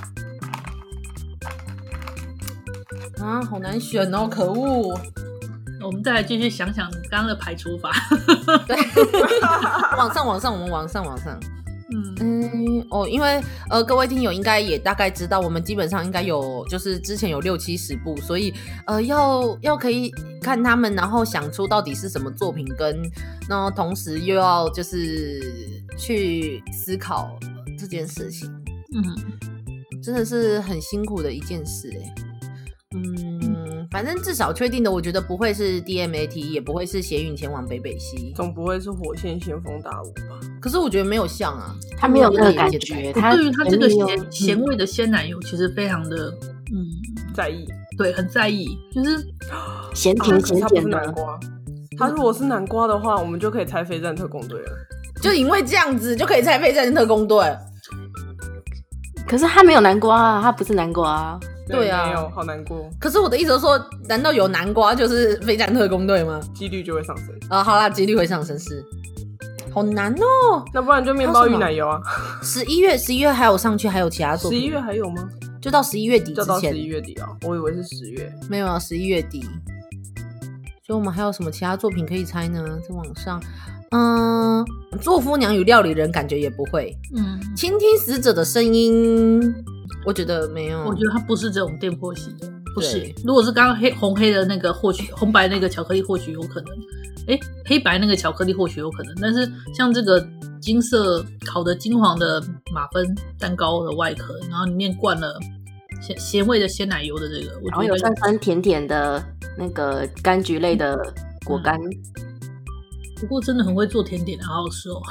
定啊，好难选哦，可恶。 我们再来继续想想刚刚的排除法。 对，往上往上，我们往上往上。 嗯嗯哦，因为呃，各位听友应该也大概知道，我们基本上应该有就是之前有六七十部，所以呃要要可以看他们，然后想出到底是什么作品，跟然后同时又要就是去思考这件事情。 嗯， 真的是很辛苦的一件事哎。嗯，反正至少确定的，我觉得不会是 D M A T， 也不会是斜云前往北北西， 总不会是火线先锋大舞吧？ 可是我觉得没有像啊， 它没有那个感觉。 它对于它这个咸咸味的鲜奶油，其实非常的嗯在意， 对，很在意，就是咸甜咸甜的。 它如果是南瓜的话，我们就可以猜非战特工队了。 就因为这样子就可以猜非战特工队。 可是它没有南瓜啊，它不是南瓜啊。 对啊， 没有，好难过。 可是我的意思是说，难道有南瓜就是非战特工队吗？ 几率就会上升啊、呃！好啦，几率会上升是，好难哦。 那不然就面包与奶油啊。 十一月，十一月还有上去，还有其他作品。 十一月还有吗？ 就到十一月底之前。 就到十一月底啊，我以为是十月。 没有，十一月底。所以我们还有什么其他作品可以猜呢？在网上，嗯，做夫娘与料理人感觉也不会。 嗯， 倾听死者的声音。 我觉得没有， 我觉得它不是这种电波系的，不是。如果是刚刚黑红黑的那个，或许红白那个巧克力或许有可能，哎，黑白那个巧克力或许有可能，但是像这个金色烤的金黄的马芬蛋糕的外壳，然后里面灌了咸咸味的鲜奶油的这个，我觉得然后有酸酸甜甜的那个柑橘类的果干。嗯、 不过真的很会做甜点，好好吃哦。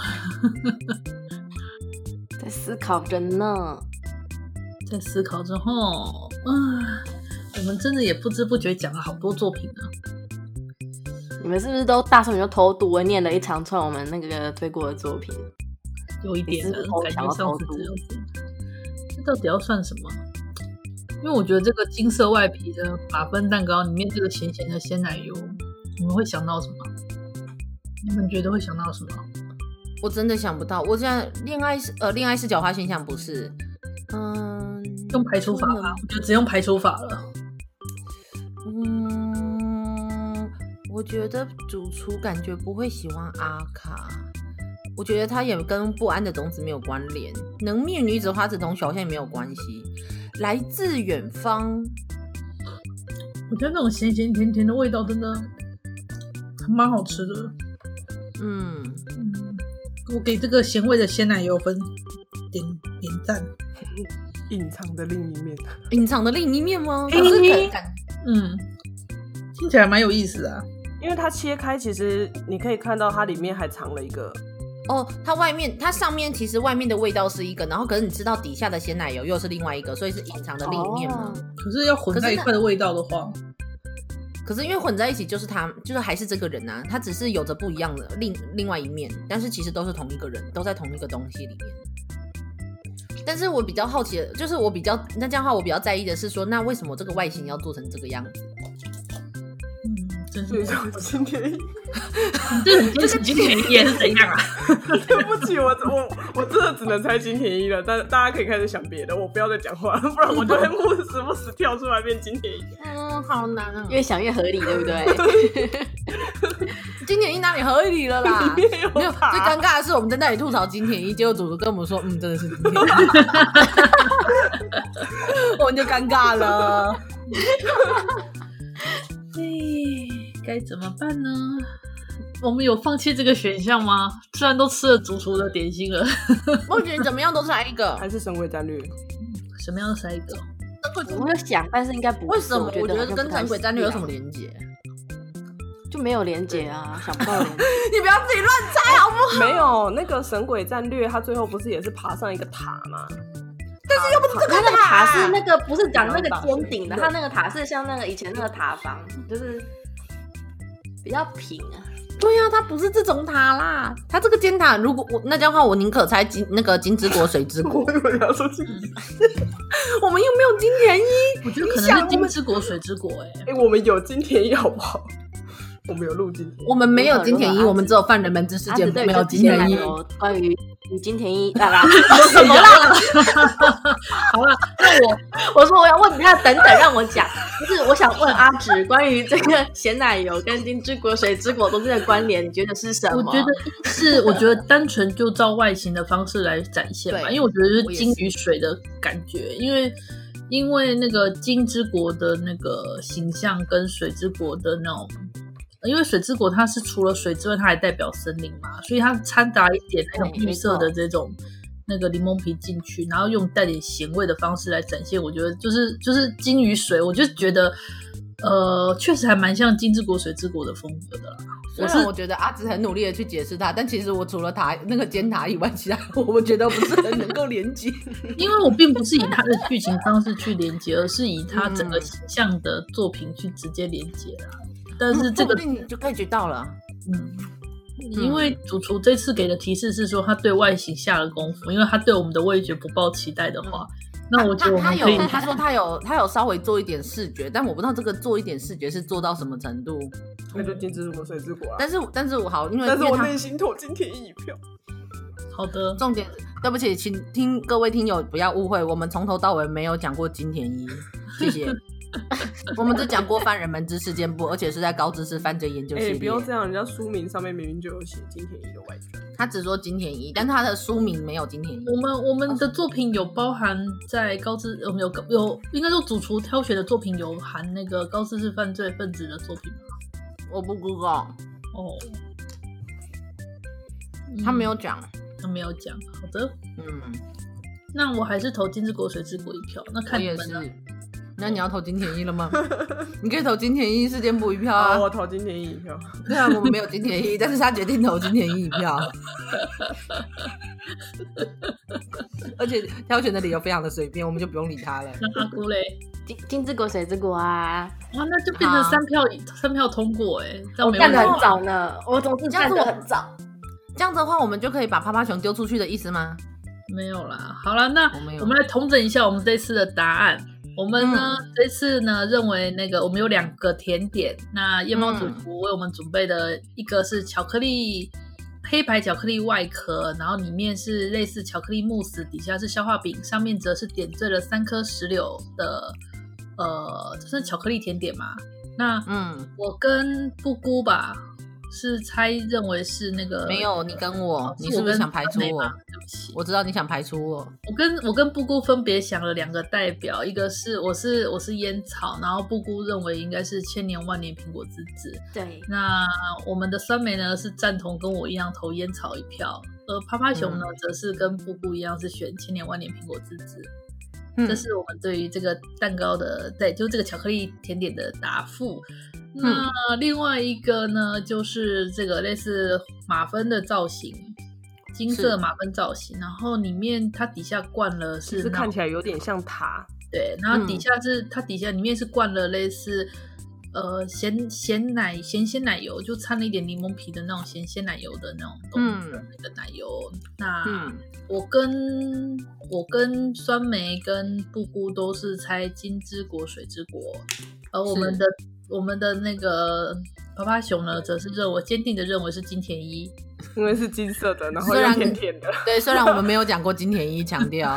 在思考着呢。 在思考之后，啊，我们真的也不知不觉讲了好多作品啊。 你们是不是都大声就偷读，念了一长串我们那个推过的作品？ 有一点的感觉上是这样子。这到底要算什么？因为我觉得这个金色外皮的马芬蛋糕里面这个咸咸的鲜奶油，你们会想到什么？你们觉得会想到什么？ 我真的想不到。我现在恋爱呃恋爱式角化现象不是，嗯， 用排除法吧，我觉得只用排除法了。 嗯，我觉得主厨感觉不会喜欢阿卡，我觉得他也跟不安的种子没有关联，能灭女子花子同学好像也没有关系。来自远方， 我觉得那种咸咸甜甜的味道真的还蛮好吃的。 嗯嗯，我给这个咸味的鲜奶油分点点赞。 隐藏的另一面， 隐藏的另一面吗？ 欸、 可是感嗯，听起来蛮有意思啊。 因为它切开，其实你可以看到它里面还藏了一个。 哦，它外面它上面其实外面的味道是一个，然后可是你知道底下的鲜奶油又是另外一个，所以是隐藏的另一面吗？ 哦、可是要混在一块的味道的话， 可是因为混在一起就是他，就是还是这个人啊，他只是有着不一样的另另外一面，但是其实都是同一个人，都在同一个东西里面。但是我比较好奇的，就是我比较那这样的话，我比较在意的是说，那为什么这个外形要做成这个样子？ 嗯，真是金田一， 你这很坚持金田一是怎样啊？ 对不起，我我我真的只能猜金田一了，但大家可以开始想别的，我不要再讲话了，不然我就会不时不时跳出来变金田一。 嗯，好难啊， 越想越合理，对不对？ 金田一哪里合理了啦？ 没有， 没有。最尴尬的是我们在那里吐槽金田一，结果主厨跟我们说，嗯，真的是金田一，我们就尴尬了。 该怎么办呢？我们有放弃这个选项吗？虽然都吃了主厨的点心了， 我觉得你怎么样都猜一个， 还是神鬼战略？ 什么样的猜一个？ 我有想，但是应该不是。 为什么？我觉得跟神鬼战略有什么连结？ 就没有连结啊，想不到连结。 你不要自己乱猜好不好？ 没有，那个神鬼战略，他最后不是也是爬上一个塔吗？ 但是又不是这个塔， 那个塔是那个不是长那个尖顶的，它那个塔是像那个以前那个塔房，就是比较平啊。 对呀、啊，它不是这种塔啦，它这个尖塔，如果我那这样的话，我宁可猜金那个金之国、水之国。 我以为要说金， 我们又没有金田一， 我觉得可能是金之国、水之国、欸。哎， 哎、欸，我们有金田一好不好？我们有录金田一， 我们没有金田一，我们只有犯人们之事件，没有金田一。 关于你金田一啊啦， 什么啦？好了，那我我说我要问你，他等等让我讲，就是我想问阿直关于这个咸奶油跟金之国、水之国中间的关联，你觉得是什么？ 我觉得是，我觉得单纯就照外形的方式来展现吧，因为我觉得是金与水的感觉，因为。因为那个金之国的那个形象跟水之国的那种，因为水之国它是除了水之外，它还代表森林嘛，所以它掺杂一点那种绿色的这种那个柠檬皮进去，然后用带点咸味的方式来展现，我觉得就是就是金与水，我就觉得呃，确实还蛮像金之国、水之国的风格的啦。 虽然我觉得阿直很努力的去解释它，但其实我除了塔那个尖塔以外，其他我觉得不是很能够连接。 因为我并不是以他的剧情方式去连接，而是以他整个形象的作品去直接连接啦。嗯、但是这个你就感觉到了， 嗯，因为主厨这次给的提示是说他对外形下了功夫，因为他对我们的味觉不抱期待的话。嗯那我觉得我们可以， 他, 他, 他说他有他有稍微做一点视觉，但我不知道这个做一点视觉是做到什么程度。 那就金之国、水之国啊。 但是但是我好，因为但是我内心投金田一一票。 好的， 重点对不起，请听各位听友不要误会，我们从头到尾没有讲过金田一，谢谢。 我们只讲过犯人们之事件簿，而且是在高知识犯罪研究系列。 哎、欸，不要这样，人家书名上面明明就有写金田一的外传。 他只说金田一，但他的书名没有金田一。 我们我们的作品有包含在高知，我们有有应该说主厨挑选的作品有含那个高知识犯罪分子的作品吗？ 我不知道哦， 他没有讲， 他没有讲。好的， 嗯， 那我还是投金之国水之国一票。那看你们呢？ 那你要投金田一了吗？你可以投金田一事件簿一票啊！ 哦、我投金田一一票。 对啊，我们没有金田一，但是他决定投金田一一票，而且挑选的理由非常的随便，我们就不用理他了。 那阿姑嘞？ 金金之国水之国啊！ 哇，那就变成三票三票通过哎、欸， 我站得很早呢，我总是站得很早。 这样子的话，我们就可以把趴趴熊丢出去的意思吗？ 没有啦。好了，那我, 我们来统整一下我们这次的答案。我们呢、嗯、这次呢认为那个我们有两个甜点，那夜猫主厨为我们准备的一个是巧克力黑白巧克力外壳，然后里面是类似巧克力慕斯，底下是消化饼，上面则是点缀了三颗石榴的呃，这是巧克力甜点嘛？那嗯，我跟布姑吧是猜认为是那个没有，你跟我， 哦、 你是不是想排除我？ 对不起， 我知道你想排除我。 我跟我跟布姑分别想了两个代表，一个是我是我是烟草，然后布姑认为应该是千年万年苹果之子。 对， 那我们的酸梅呢是赞同跟我一样投烟草一票，而趴趴熊呢、嗯、则是跟布姑一样是选千年万年苹果之子。嗯、这是我们对于这个蛋糕的，对，就这个巧克力甜点的答复。那另外一个呢，就是这个类似马芬的造型，金色马芬造型，然后里面它底下灌了是， 是看起来有点像塔， 对，然后底下是、嗯、它底下里面是灌了类似呃咸咸奶咸鲜奶油，就掺了一点柠檬皮的那种咸鲜奶油的那种东西的那个奶油。那、嗯、我跟我跟酸梅跟布姑都是猜金之国水之国，而我们的我们的那个趴趴熊呢，则是认为坚定的认为是金田一， 因为是金色的，然后又甜甜的。 对，虽然我们没有讲过金田一，强调。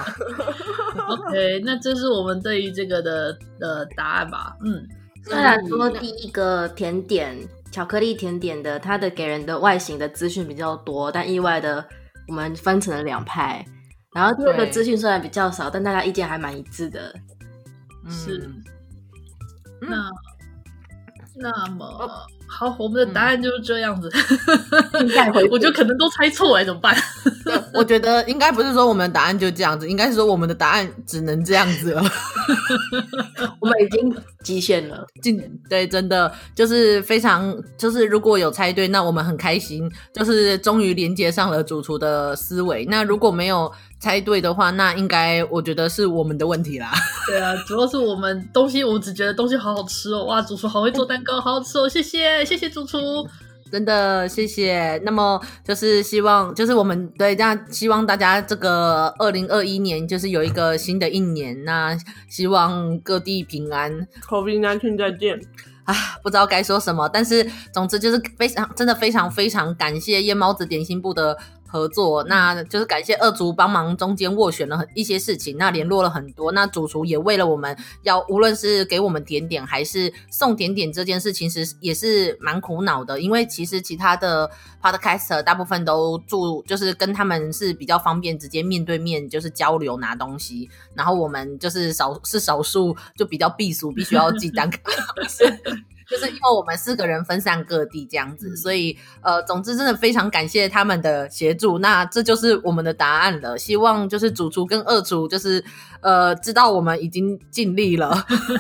OK， 那这是我们对于这个的的答案吧。嗯， 虽然说第一个甜点巧克力甜点的，它的给人的外形的资讯比较多，但意外的我们分成了两派。然后第二个资讯虽然比较少，但大家意见还蛮一致的。 是，嗯、那。那么、哦、好，我们的答案就是这样子。 嗯、 我觉得可能都猜错了，怎么办？ 我觉得应该不是说我们的答案就这样子，应该是说我们的答案只能这样子了。 我们已经极限了。 对，真的就是非常，就是如果有猜对，那我们很开心，就是终于连接上了主厨的思维。那如果没有猜对的话，那应该我觉得是我们的问题啦。 对啊，主要是我们东西，我只觉得东西好好吃哦，哇，主厨好会做蛋糕，好好吃哦，谢谢，谢谢主厨。 真的谢谢。那么就是希望就是我们对，那希望大家这个二零二一年就是有一个新的一年，那希望各地平安。 COVID 十九 再见啊，不知道该说什么，但是总之就是非常真的非常非常感谢夜猫子点心部的合作，那就是感谢二厨帮忙中间斡旋了一些事情，那联络了很多，那主厨也为了我们要无论是给我们甜点还是送甜点这件事情，其实也是蛮苦恼的，因为其实其他的 podcaster 大部分都住就是跟他们是比较方便直接面对面就是交流拿东西，然后我们就是少是少数就比较避俗必须要寄单就是因为我们四个人分散各地这样子，嗯、所以呃，总之真的非常感谢他们的协助。那这就是我们的答案了。希望就是主厨跟二厨就是呃，知道我们已经尽力了。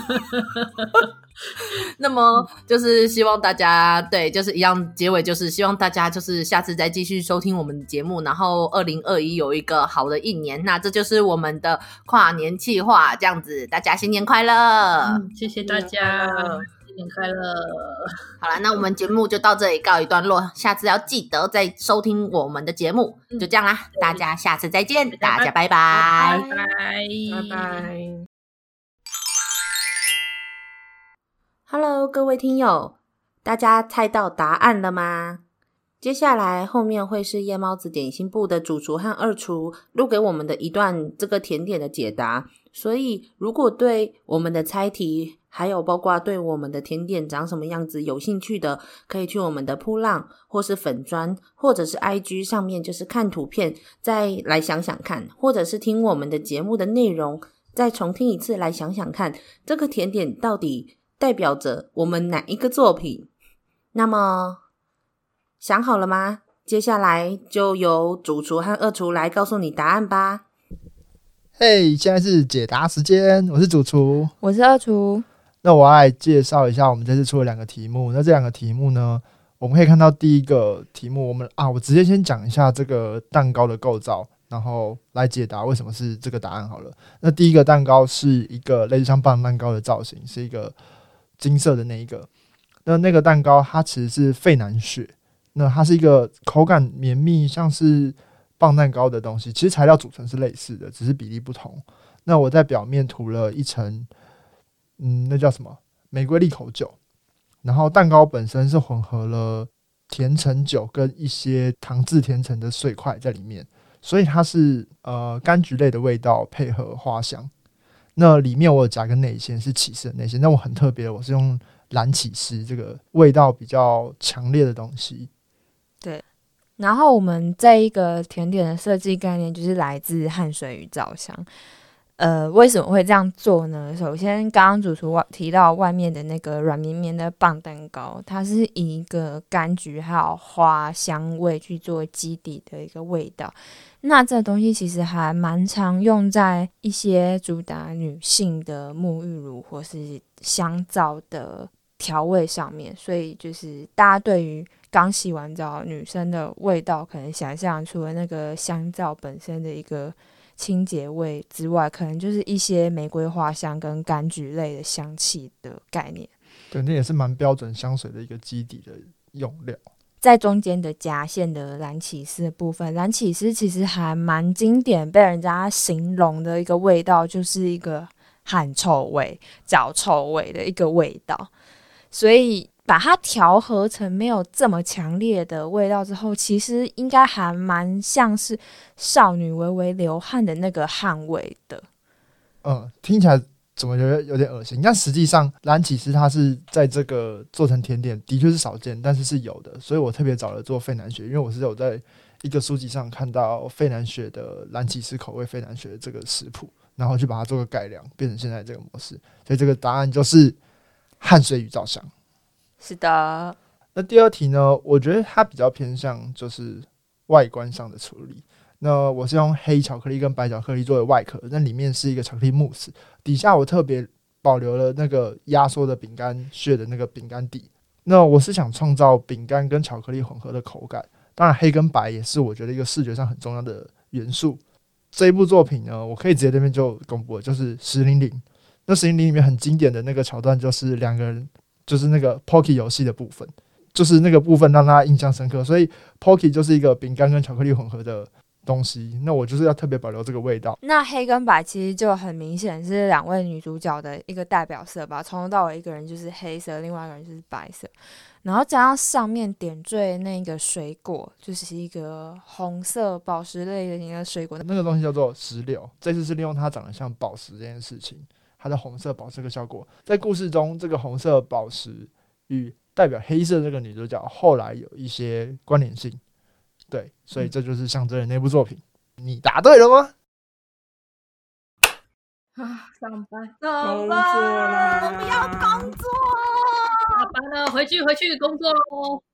那么就是希望大家对，就是一样，结尾就是希望大家就是下次再继续收听我们的节目，然后二零二一有一个好的一年。那这就是我们的跨年企划，这样子，大家新年快乐！ 嗯、谢谢大家。新年快乐！ 好啦，那我们节目就到这里告一段落，下次要记得再收听我们的节目，嗯、就这样啦，大家下次再见，大家拜拜， 拜拜， 拜拜。 Hello， 各位听友，大家猜到答案了吗？接下来后面会是夜猫子点心部的主厨和二厨录给我们的一段这个甜点的解答，所以如果对我们的猜题还有包括对我们的甜点长什么样子有兴趣的，可以去我们的噗浪或是粉专或者是 I G 上面，就是看图片再来想想看，或者是听我们的节目的内容再重听一次来想想看，这个甜点到底代表着我们哪一个作品。那么想好了吗？接下来就由主厨和二厨来告诉你答案吧。 嘿、hey, 现在是解答时间，我是主厨， 我是二厨。 那我要来介绍一下我们这次出了两个题目。那这两个题目呢，我们可以看到第一个题目，我们啊，我直接先讲一下这个蛋糕的构造，然后来解答为什么是这个答案好了。那第一个蛋糕是一个类似像棒蛋糕的造型，是一个金色的那一个。那那个蛋糕它其实是费南雪，那它是一个口感绵密，像是棒蛋糕的东西，其实材料组成是类似的，只是比例不同。那我在表面涂了一层，嗯，那叫什么？玫瑰利口酒。然后蛋糕本身是混合了甜橙酒跟一些糖制甜橙的碎块在里面，所以它是呃柑橘类的味道配合花香。那里面我有加个内馅，是起司的内馅，但我很特别，我是用蓝起司，这个味道比较强烈的东西。 对。然后我们这一个甜点的设计概念就是来自汗水与皂香。呃，为什么会这样做呢？首先，刚刚主厨提到外面的那个软绵绵的棒蛋糕，它是以一个柑橘还有花香味去做基底的一个味道。那这东西其实还蛮常用在一些主打女性的沐浴乳或是香皂的调味上面，所以就是大家对于刚洗完澡女生的味道，可能想象除了那个香皂本身的一个清洁味之外，可能就是一些玫瑰花香跟柑橘类的香气的概念。 对，那也是蛮标准香水的一个基底的用料。 在中间的夹线的蓝起司的部分，蓝起司其实还蛮经典，被人家形容的一个味道就是一个汗臭味、脚臭味的一个味道，所以把它调和成没有这么强烈的味道之后，其实应该还蛮像是少女微微流汗的那个汗味的。 嗯，听起来怎么觉得有点恶心？但实际上蓝起司它是在这个做成甜点的确是少见，但是是有的，所以我特别找了做费南雪，因为我是有在一个书籍上看到费南雪的蓝起司口味费南雪的这个食谱，然后去把它做个改良，变成现在这个模式。所以这个答案就是汗水与皂香。 是的。 那第二题呢，我觉得它比较偏向就是外观上的处理。那我是用黑巧克力跟白巧克力作为外壳，那里面是一个巧克力慕斯，底下我特别保留了那个压缩的饼干屑的那个饼干底。那我是想创造饼干跟巧克力混合的口感，当然黑跟白也是我觉得一个视觉上很重要的元素。这一部作品呢，我可以直接这边就公布了，就是十零零。那十零零里面很经典的那个桥段就是两个人，就是那个 Pocky 游戏的部分，就是那个部分让大家印象深刻，所以 Pocky 就是一个饼干跟巧克力混合的东西，那我就是要特别保留这个味道。 那黑跟白其实就很明显是两位女主角的一个代表色吧，从头到尾一个人就是黑色，另外一个人就是白色，然后加上上面点缀那个水果，就是一个红色宝石类的一个水果， 那个东西叫做石榴，这次是利用它长得像宝石这件事情，它的红色宝石的效果，在故事中这个红色宝石与代表黑色这个女主角后来有一些关联性。对，所以这就是象征的那部作品。你答对了吗？ 啊，上班， 工作啦！ 不要工作， 下班了，回去回去工作喽。